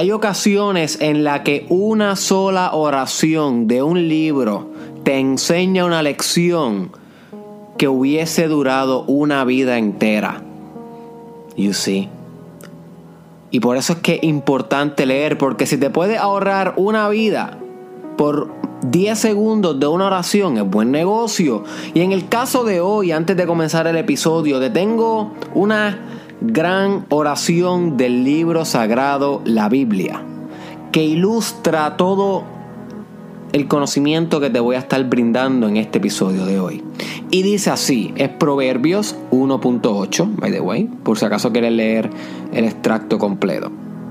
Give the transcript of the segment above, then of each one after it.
Hay ocasiones en las que una sola oración de un libro te enseña una lección que hubiese durado una vida entera. You see. Y por eso es que es importante leer, porque si te puedes ahorrar una vida por 10 segundos de una oración, es buen negocio. Y en el caso de hoy, antes de comenzar el episodio, te tengo una gran oración del libro sagrado, la Biblia, que ilustra todo el conocimiento que te voy a estar brindando en este episodio de hoy. Y dice así, es Proverbios 1.8, by the way, por si acaso quieres leer el extracto completo.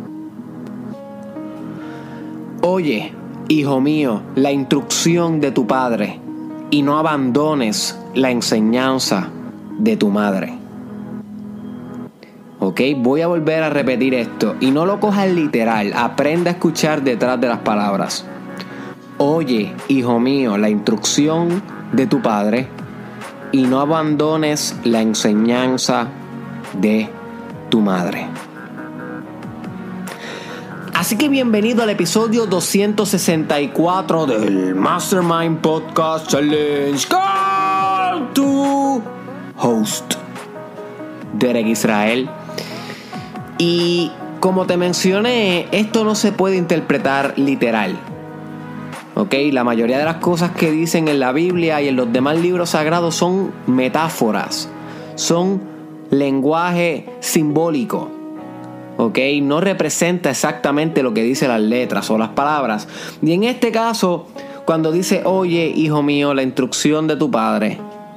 Oye, hijo mío, la instrucción de tu padre, y no abandones la enseñanza de tu madre. Ok, voy a volver a repetir esto, y no lo cojas literal, aprenda a escuchar detrás de las palabras. Oye, hijo mío, la instrucción de tu padre, y no abandones la enseñanza de tu madre. Así que bienvenido al episodio 264 del Mastermind Podcast Challenge con tu host, Derek Israel. Y como te mencioné, esto no se puede interpretar literal. ¿Ok? La mayoría de las cosas que dicen en la Biblia y en los demás libros sagrados son metáforas, son lenguaje simbólico. ¿Ok? No representa exactamente lo que dicen las letras o las palabras. Y en este caso, cuando dice, oye, hijo mío, la instrucción de tu padre,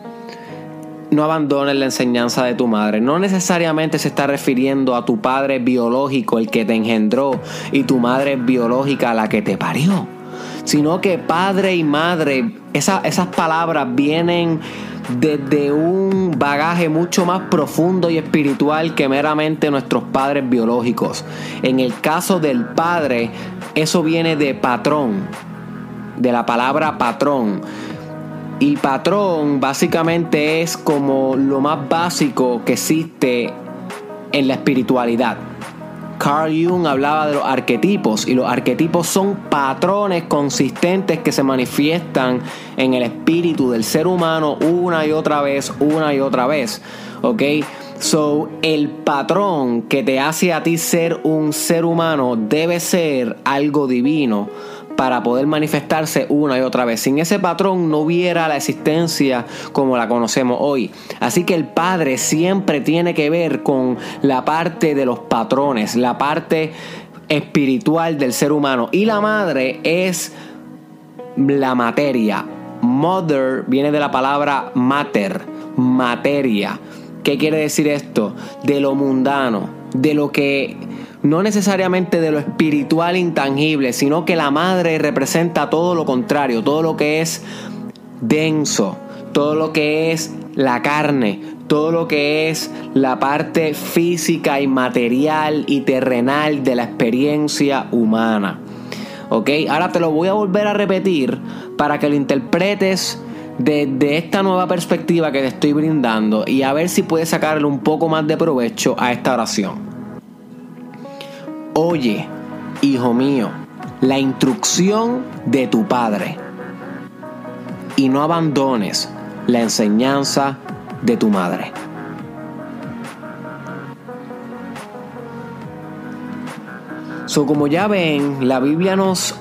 no abandones la enseñanza de tu madre, no necesariamente se está refiriendo a tu padre biológico, el que te engendró, y tu madre biológica, la que te parió, sino que padre y madre, esas palabras vienen desde un bagaje mucho más profundo y espiritual que meramente nuestros padres biológicos. En el caso del padre, eso viene de patrón, de la palabra patrón. Y patrón básicamente es como lo más básico que existe en la espiritualidad. Carl Jung hablaba de los arquetipos, y los arquetipos son patrones consistentes que se manifiestan en el espíritu del ser humano una y otra vez, ¿ok? So, el patrón que te hace a ti ser un ser humano debe ser algo divino para poder manifestarse una y otra vez. Sin ese patrón no hubiera la existencia como la conocemos hoy. Así que el padre siempre tiene que ver con la parte de los patrones, la parte espiritual del ser humano. Y la madre es la materia. Mother viene de la palabra mater, materia. ¿Qué quiere decir esto? De lo mundano, de lo que no necesariamente de lo espiritual intangible, sino que la madre representa todo lo contrario, todo lo que es denso, todo lo que es la carne, todo lo que es la parte física y material y terrenal de la experiencia humana. ¿Ok? Ahora te lo voy a volver a repetir para que lo interpretes desde esta nueva perspectiva que te estoy brindando y a ver si puedes sacarle un poco más de provecho a esta oración. Oye, hijo mío, la instrucción de tu padre, y no abandones la enseñanza de tu madre. So, como ya ven, la Biblia nos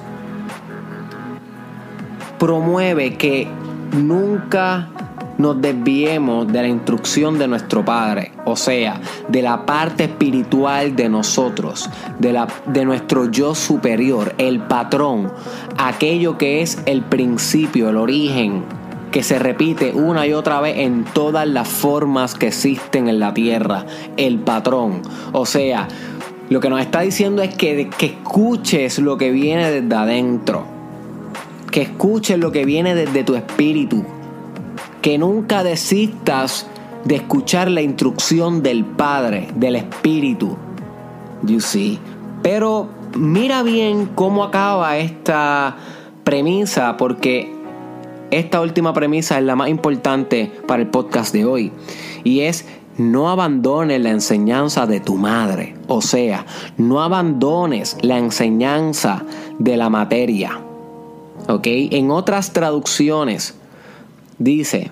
promueve que nunca nos desviemos de la instrucción de nuestro Padre, o sea, de la parte espiritual de nosotros, de nuestro yo superior, el patrón, aquello que es el principio, el origen, que se repite una y otra vez en todas las formas que existen en la tierra, el patrón. O sea, lo que nos está diciendo es que escuches lo que viene desde adentro, que escuches lo que viene desde tu espíritu, que nunca desistas de escuchar la instrucción del Padre, del Espíritu. You see. Pero mira bien cómo acaba esta premisa, porque esta última premisa es la más importante para el podcast de hoy. Y es no abandones la enseñanza de tu madre. O sea, no abandones la enseñanza de la materia. ¿Ok? En otras traducciones dice,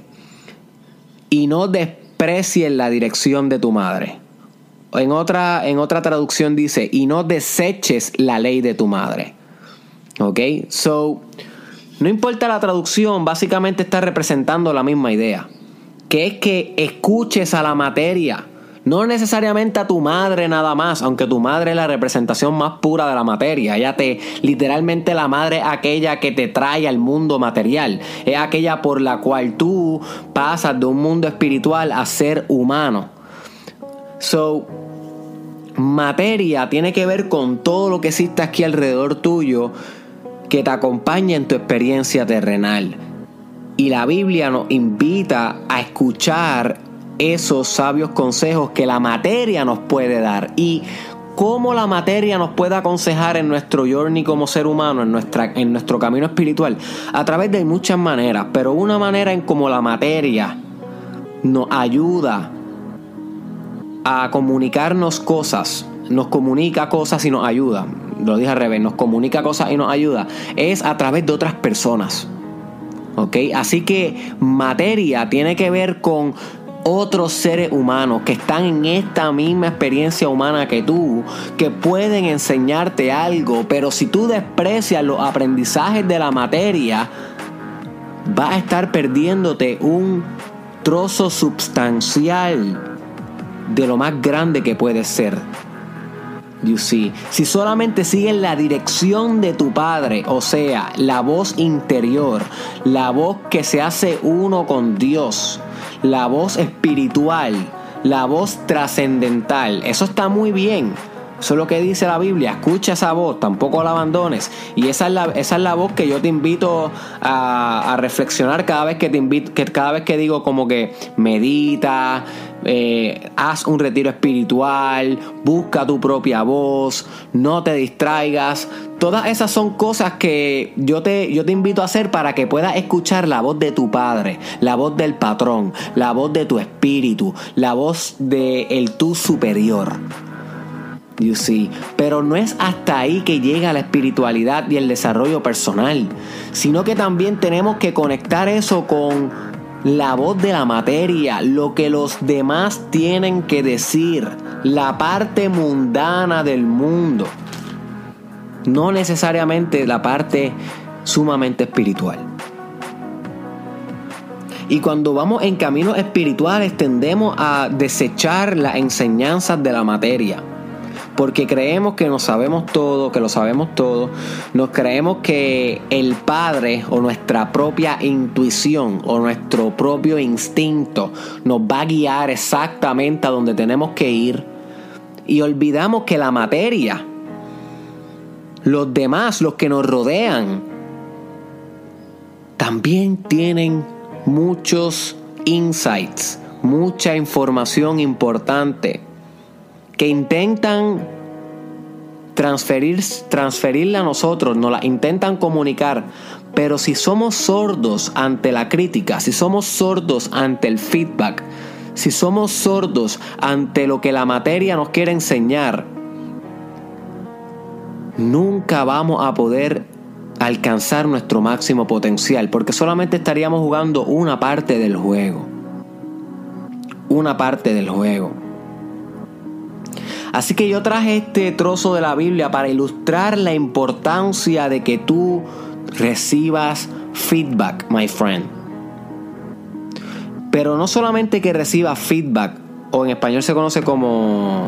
y no desprecies la dirección de tu madre. En otra traducción dice, y no deseches la ley de tu madre. ¿Ok? So, no importa la traducción, básicamente está representando la misma idea. Que es que escuches a la materia. No necesariamente a tu madre nada más, aunque tu madre es la representación más pura de la materia. Literalmente la madre es aquella que te trae al mundo material. Es aquella por la cual tú pasas de un mundo espiritual a ser humano. So, materia tiene que ver con todo lo que existe aquí alrededor tuyo que te acompaña en tu experiencia terrenal. Y la Biblia nos invita a escuchar esos sabios consejos que la materia nos puede dar. Y cómo la materia nos puede aconsejar en nuestro journey como ser humano, en nuestro camino espiritual. A través de muchas maneras. Pero una manera en cómo la materia nos ayuda a comunicarnos cosas. Nos comunica cosas y nos ayuda. Lo dije al revés. Nos comunica cosas y nos ayuda. Es a través de otras personas. ¿Ok? Así que materia tiene que ver con otros seres humanos que están en esta misma experiencia humana que tú, que pueden enseñarte algo, pero si tú desprecias los aprendizajes de la materia, vas a estar perdiéndote un trozo substancial de lo más grande que puedes ser. You see, si solamente sigues la dirección de tu padre, o sea, la voz interior, la voz que se hace uno con Dios, la voz espiritual, la voz trascendental, eso está muy bien. Eso es lo que dice la Biblia. Escucha esa voz, tampoco la abandones. Y esa es la voz que yo te invito a reflexionar cada vez que digo como que medita, haz un retiro espiritual, busca tu propia voz, no te distraigas. Todas esas son cosas que yo te invito a hacer para que puedas escuchar la voz de tu padre, la voz del patrón, la voz de tu espíritu, la voz del tú superior. You see. Pero no es hasta ahí que llega la espiritualidad y el desarrollo personal, sino que también tenemos que conectar eso con la voz de la materia, lo que los demás tienen que decir, la parte mundana del mundo, no necesariamente la parte sumamente espiritual. Y cuando vamos en caminos espirituales tendemos a desechar las enseñanzas de la materia. Porque creemos que nos sabemos todo, que lo sabemos todo. Nos creemos que el Padre o nuestra propia intuición o nuestro propio instinto nos va a guiar exactamente a donde tenemos que ir. Y olvidamos que la materia, los demás, los que nos rodean, también tienen muchos insights, mucha información importante que intentan transferirla a nosotros, nos la intentan comunicar. Pero si somos sordos ante la crítica, si somos sordos ante el feedback, si somos sordos ante lo que la materia nos quiere enseñar, nunca vamos a poder alcanzar nuestro máximo potencial, porque solamente estaríamos jugando una parte del juego. Una parte del juego. Así que yo traje este trozo de la Biblia para ilustrar la importancia de que tú recibas feedback, my friend. Pero no solamente que recibas feedback, o en español se conoce como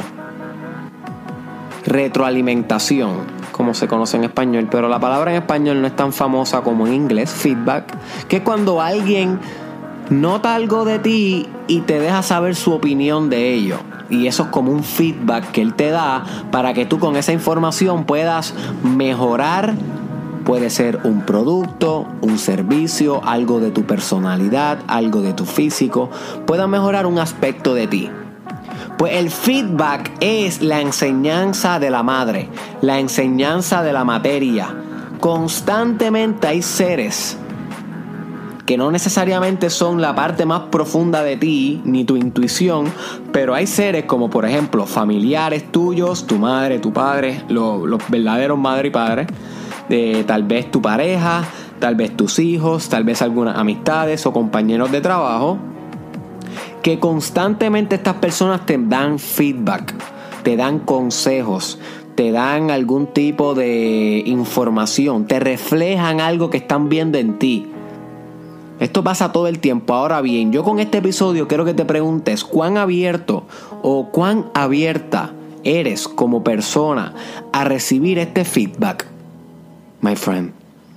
retroalimentación, como se conoce en español, pero la palabra en español no es tan famosa como en inglés, feedback, que es cuando alguien nota algo de ti y te deja saber su opinión de ello. Y eso es como un feedback que él te da para que tú con esa información puedas mejorar. Puede ser un producto, un servicio, algo de tu personalidad, algo de tu físico. Puedas mejorar un aspecto de ti. Pues el feedback es la enseñanza de la madre, la enseñanza de la materia. Constantemente hay seres que no necesariamente son la parte más profunda de ti, ni tu intuición, pero hay seres como por ejemplo familiares tuyos, tu madre, tu padre, los verdaderos madre y padre, tal vez tu pareja, tal vez tus hijos, tal vez algunas amistades o compañeros de trabajo, que constantemente estas personas te dan feedback, te dan consejos, te dan algún tipo de información, te reflejan algo que están viendo en ti. Esto pasa todo el tiempo. Ahora bien, yo con este episodio quiero que te preguntes cuán abierto o cuán abierta eres como persona a recibir este feedback, my friend.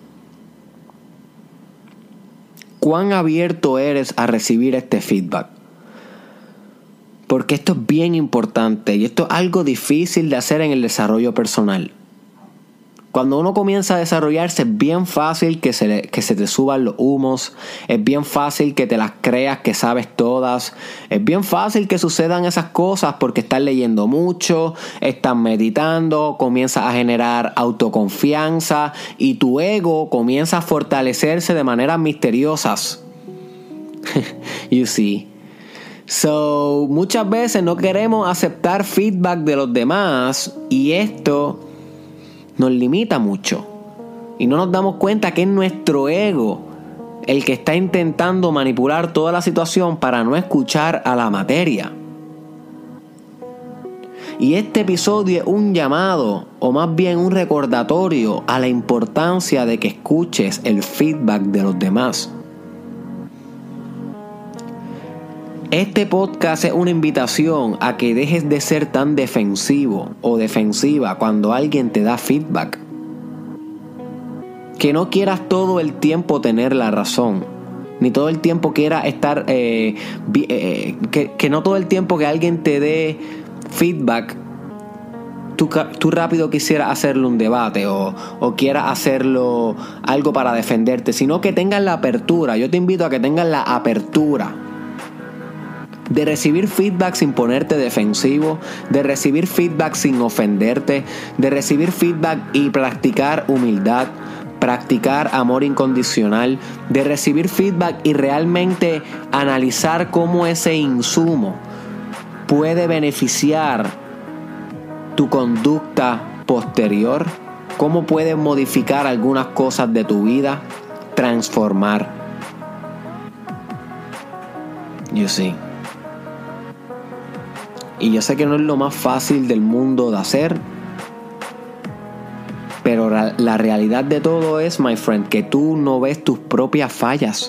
¿Cuán abierto eres a recibir este feedback? Porque esto es bien importante y esto es algo difícil de hacer en el desarrollo personal. Cuando uno comienza a desarrollarse es bien fácil que se te suban los humos, es bien fácil que te las creas que sabes todas, es bien fácil que sucedan esas cosas porque estás leyendo mucho, estás meditando, comienzas a generar autoconfianza y tu ego comienza a fortalecerse de maneras misteriosas. You see. So, muchas veces no queremos aceptar feedback de los demás y esto nos limita mucho. Y no nos damos cuenta que es nuestro ego el que está intentando manipular toda la situación para no escuchar a la materia. Y este episodio es un llamado, o más bien un recordatorio a la importancia de que escuches el feedback de los demás. Este podcast es una invitación a que dejes de ser tan defensivo o defensiva cuando alguien te da feedback. Que no quieras todo el tiempo tener la razón, ni todo el tiempo quieras estar... que no todo el tiempo que alguien te dé feedback, tú rápido quisieras hacerle un debate o quieras hacerlo algo para defenderte, sino que tengas la apertura. Yo te invito a que tengas la apertura de recibir feedback sin ponerte defensivo, de recibir feedback sin ofenderte, de recibir feedback y practicar humildad, practicar amor incondicional, de recibir feedback y realmente analizar cómo ese insumo puede beneficiar tu conducta posterior, cómo puede modificar algunas cosas de tu vida, transformar. You see. Y yo sé que no es lo más fácil del mundo de hacer, pero la realidad de todo es, my friend, que tú no ves tus propias fallas.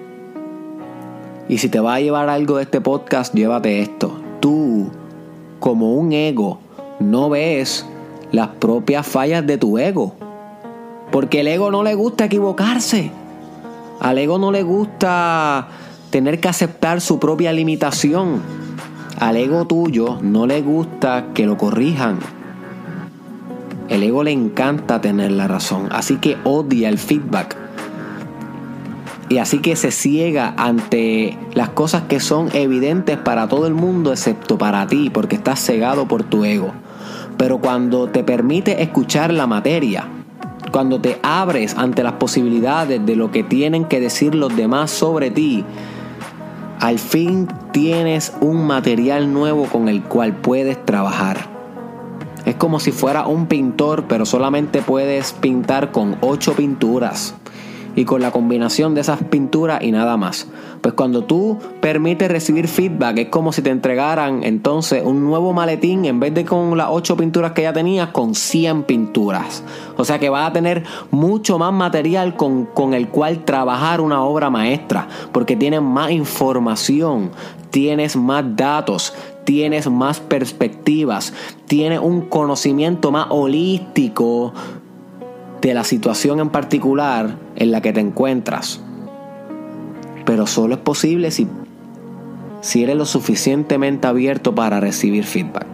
Y si te va a llevar algo de este podcast, llévate esto. Tú, como un ego, no ves las propias fallas de tu ego. Porque el ego no le gusta equivocarse. Al ego no le gusta tener que aceptar su propia limitación. Al ego tuyo no le gusta que lo corrijan. El ego le encanta tener la razón, así que odia el feedback. Y así que se ciega ante las cosas que son evidentes para todo el mundo excepto para ti, porque estás cegado por tu ego. Pero cuando te permite escuchar la materia, cuando te abres ante las posibilidades de lo que tienen que decir los demás sobre ti, al fin tienes un material nuevo con el cual puedes trabajar. Es como si fuera un pintor, pero solamente puedes pintar con 8 pinturas. Y con la combinación de esas pinturas y nada más. Pues cuando tú permites recibir feedback, es como si te entregaran entonces un nuevo maletín, en vez de con las 8 pinturas que ya tenías, con 100 pinturas. O sea que vas a tener mucho más material con el cual trabajar una obra maestra, porque tienes más información, tienes más datos, tienes más perspectivas, tienes un conocimiento más holístico de la situación en particular en la que te encuentras. Pero solo es posible si eres lo suficientemente abierto para recibir feedback.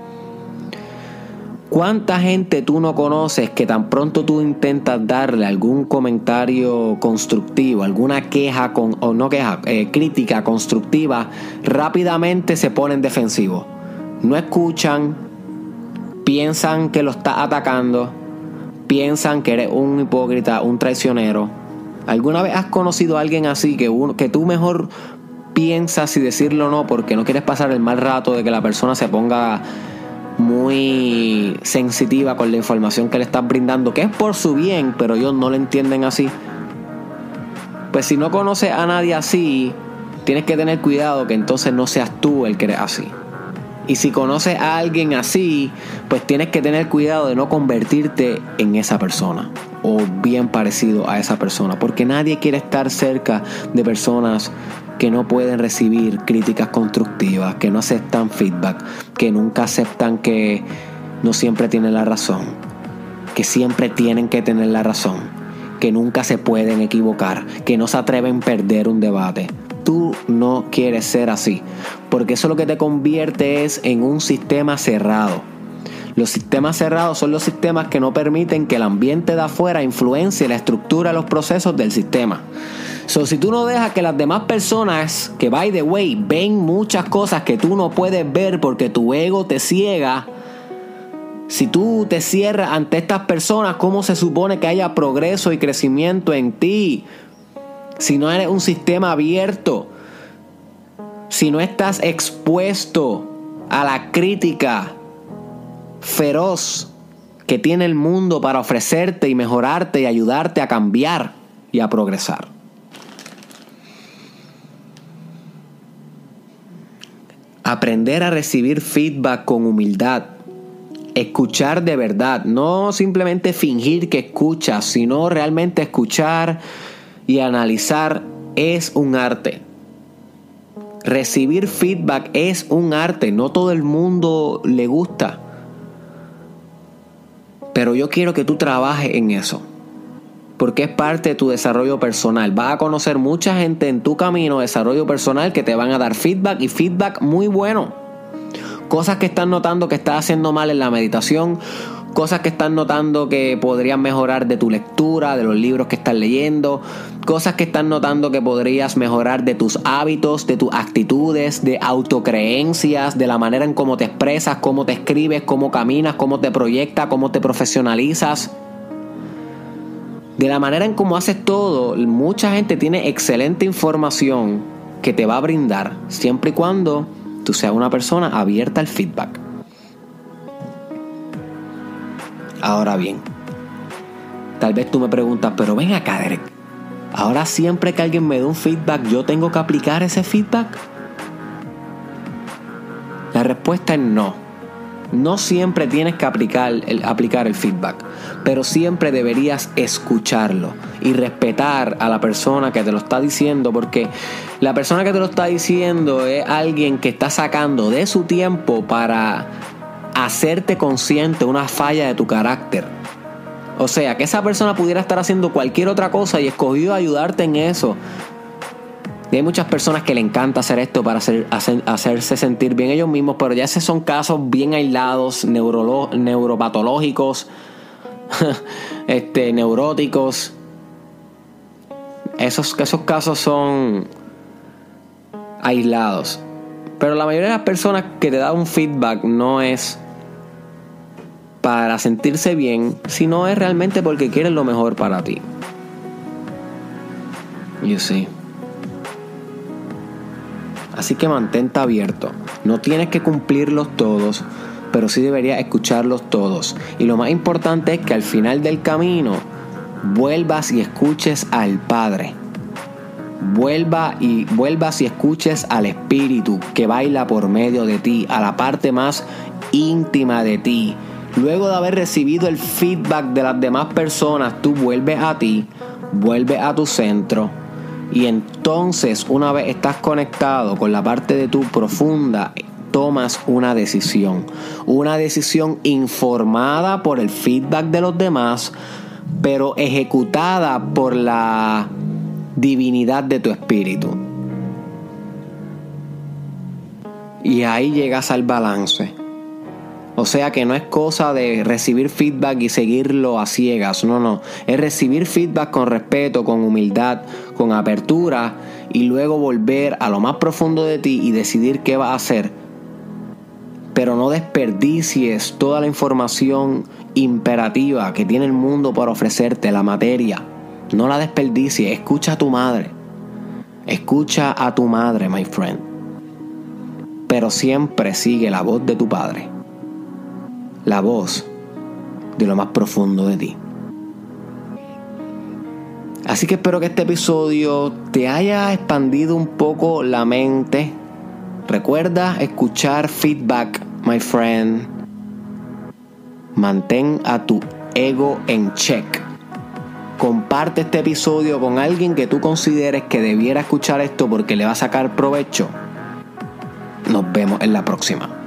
¿Cuánta gente tú no conoces que tan pronto tú intentas darle algún comentario constructivo, alguna queja crítica constructiva, rápidamente se ponen defensivos? No escuchan, piensan que lo estás atacando, piensan que eres un hipócrita, un traicionero, ¿Alguna vez has conocido a alguien así que tú mejor piensas si decirlo o no porque no quieres pasar el mal rato de que la persona se ponga muy sensitiva con la información que le estás brindando, que es por su bien, pero ellos no lo entienden así? Pues si no conoces a nadie así, tienes que tener cuidado que entonces no seas tú el que eres así. Y si conoces a alguien así, pues tienes que tener cuidado de no convertirte en esa persona o bien parecido a esa persona, porque nadie quiere estar cerca de personas que no pueden recibir críticas constructivas, que no aceptan feedback, que nunca aceptan que no siempre tienen la razón, que siempre tienen que tener la razón, que nunca se pueden equivocar, que no se atreven a perder un debate. Tú no quieres ser así, porque eso lo que te convierte es en un sistema cerrado. Los sistemas cerrados son los sistemas que no permiten que el ambiente de afuera influencie la estructura de los procesos del sistema. Si tú no dejas que las demás personas, que by the way, ven muchas cosas que tú no puedes ver porque tu ego te ciega, si tú te cierras ante estas personas, ¿cómo se supone que haya progreso y crecimiento en ti? Si no eres un sistema abierto, si no estás expuesto a la crítica feroz que tiene el mundo para ofrecerte y mejorarte y ayudarte a cambiar y a progresar. Aprender a recibir feedback con humildad. Escuchar de verdad, no simplemente fingir que escuchas, sino realmente escuchar y analizar es un arte. Recibir feedback es un arte, no todo el mundo le gusta. Pero yo quiero que tú trabajes en eso, porque es parte de tu desarrollo personal. Vas a conocer mucha gente en tu camino de desarrollo personal que te van a dar feedback y feedback muy bueno. Cosas que están notando que estás haciendo mal en la meditación, cosas que están notando que podrías mejorar de tu lectura, de los libros que estás leyendo, cosas que están notando que podrías mejorar de tus hábitos, de tus actitudes, de autocreencias, de la manera en cómo te expresas, cómo te escribes, cómo caminas, cómo te proyectas, cómo te profesionalizas. De la manera en cómo haces todo, mucha gente tiene excelente información que te va a brindar, siempre y cuando tú seas una persona abierta al feedback. Ahora bien, tal vez tú me preguntas, pero ven acá, Derek, ahora siempre que alguien me dé un feedback, ¿yo tengo que aplicar ese feedback? La respuesta es no. No siempre tienes que aplicar el feedback, pero siempre deberías escucharlo y respetar a la persona que te lo está diciendo, porque la persona que te lo está diciendo es alguien que está sacando de su tiempo para hacerte consciente de una falla de tu carácter. O sea, que esa persona pudiera estar haciendo cualquier otra cosa y escogió ayudarte en eso. Y hay muchas personas que le encanta hacer esto para hacerse sentir bien ellos mismos, pero ya esos son casos bien aislados, neuropatológicos, neuróticos. Esos casos son aislados. Pero la mayoría de las personas que te dan un feedback no es para sentirse bien, sino es realmente porque quieren lo mejor para ti. You see. Así que mantente abierto. No tienes que cumplirlos todos, pero sí deberías escucharlos todos. Y lo más importante es que al final del camino vuelvas y escuches al Padre. Vuelvas y escuches al Espíritu que baila por medio de ti, a la parte más íntima de ti. Luego de haber recibido el feedback de las demás personas, tú vuelves a ti, vuelves a tu centro. Y entonces, una vez estás conectado con la parte de tu profunda, tomas una decisión informada por el feedback de los demás, pero ejecutada por la divinidad de tu espíritu. Y ahí llegas al balance. O sea que no es cosa de recibir feedback y seguirlo a ciegas. No. Es recibir feedback con respeto, con humildad, con apertura, y luego volver a lo más profundo de ti y decidir qué vas a hacer. Pero no desperdicies toda la información imperativa que tiene el mundo para ofrecerte, la materia. No la desperdicies. Escucha a tu madre. Escucha a tu madre, my friend. Pero siempre sigue la voz de tu padre. La voz de lo más profundo de ti. Así que espero que este episodio te haya expandido un poco la mente. Recuerda escuchar feedback, my friend. Mantén a tu ego en check. Comparte este episodio con alguien que tú consideres que debiera escuchar esto porque le va a sacar provecho. Nos vemos en la próxima.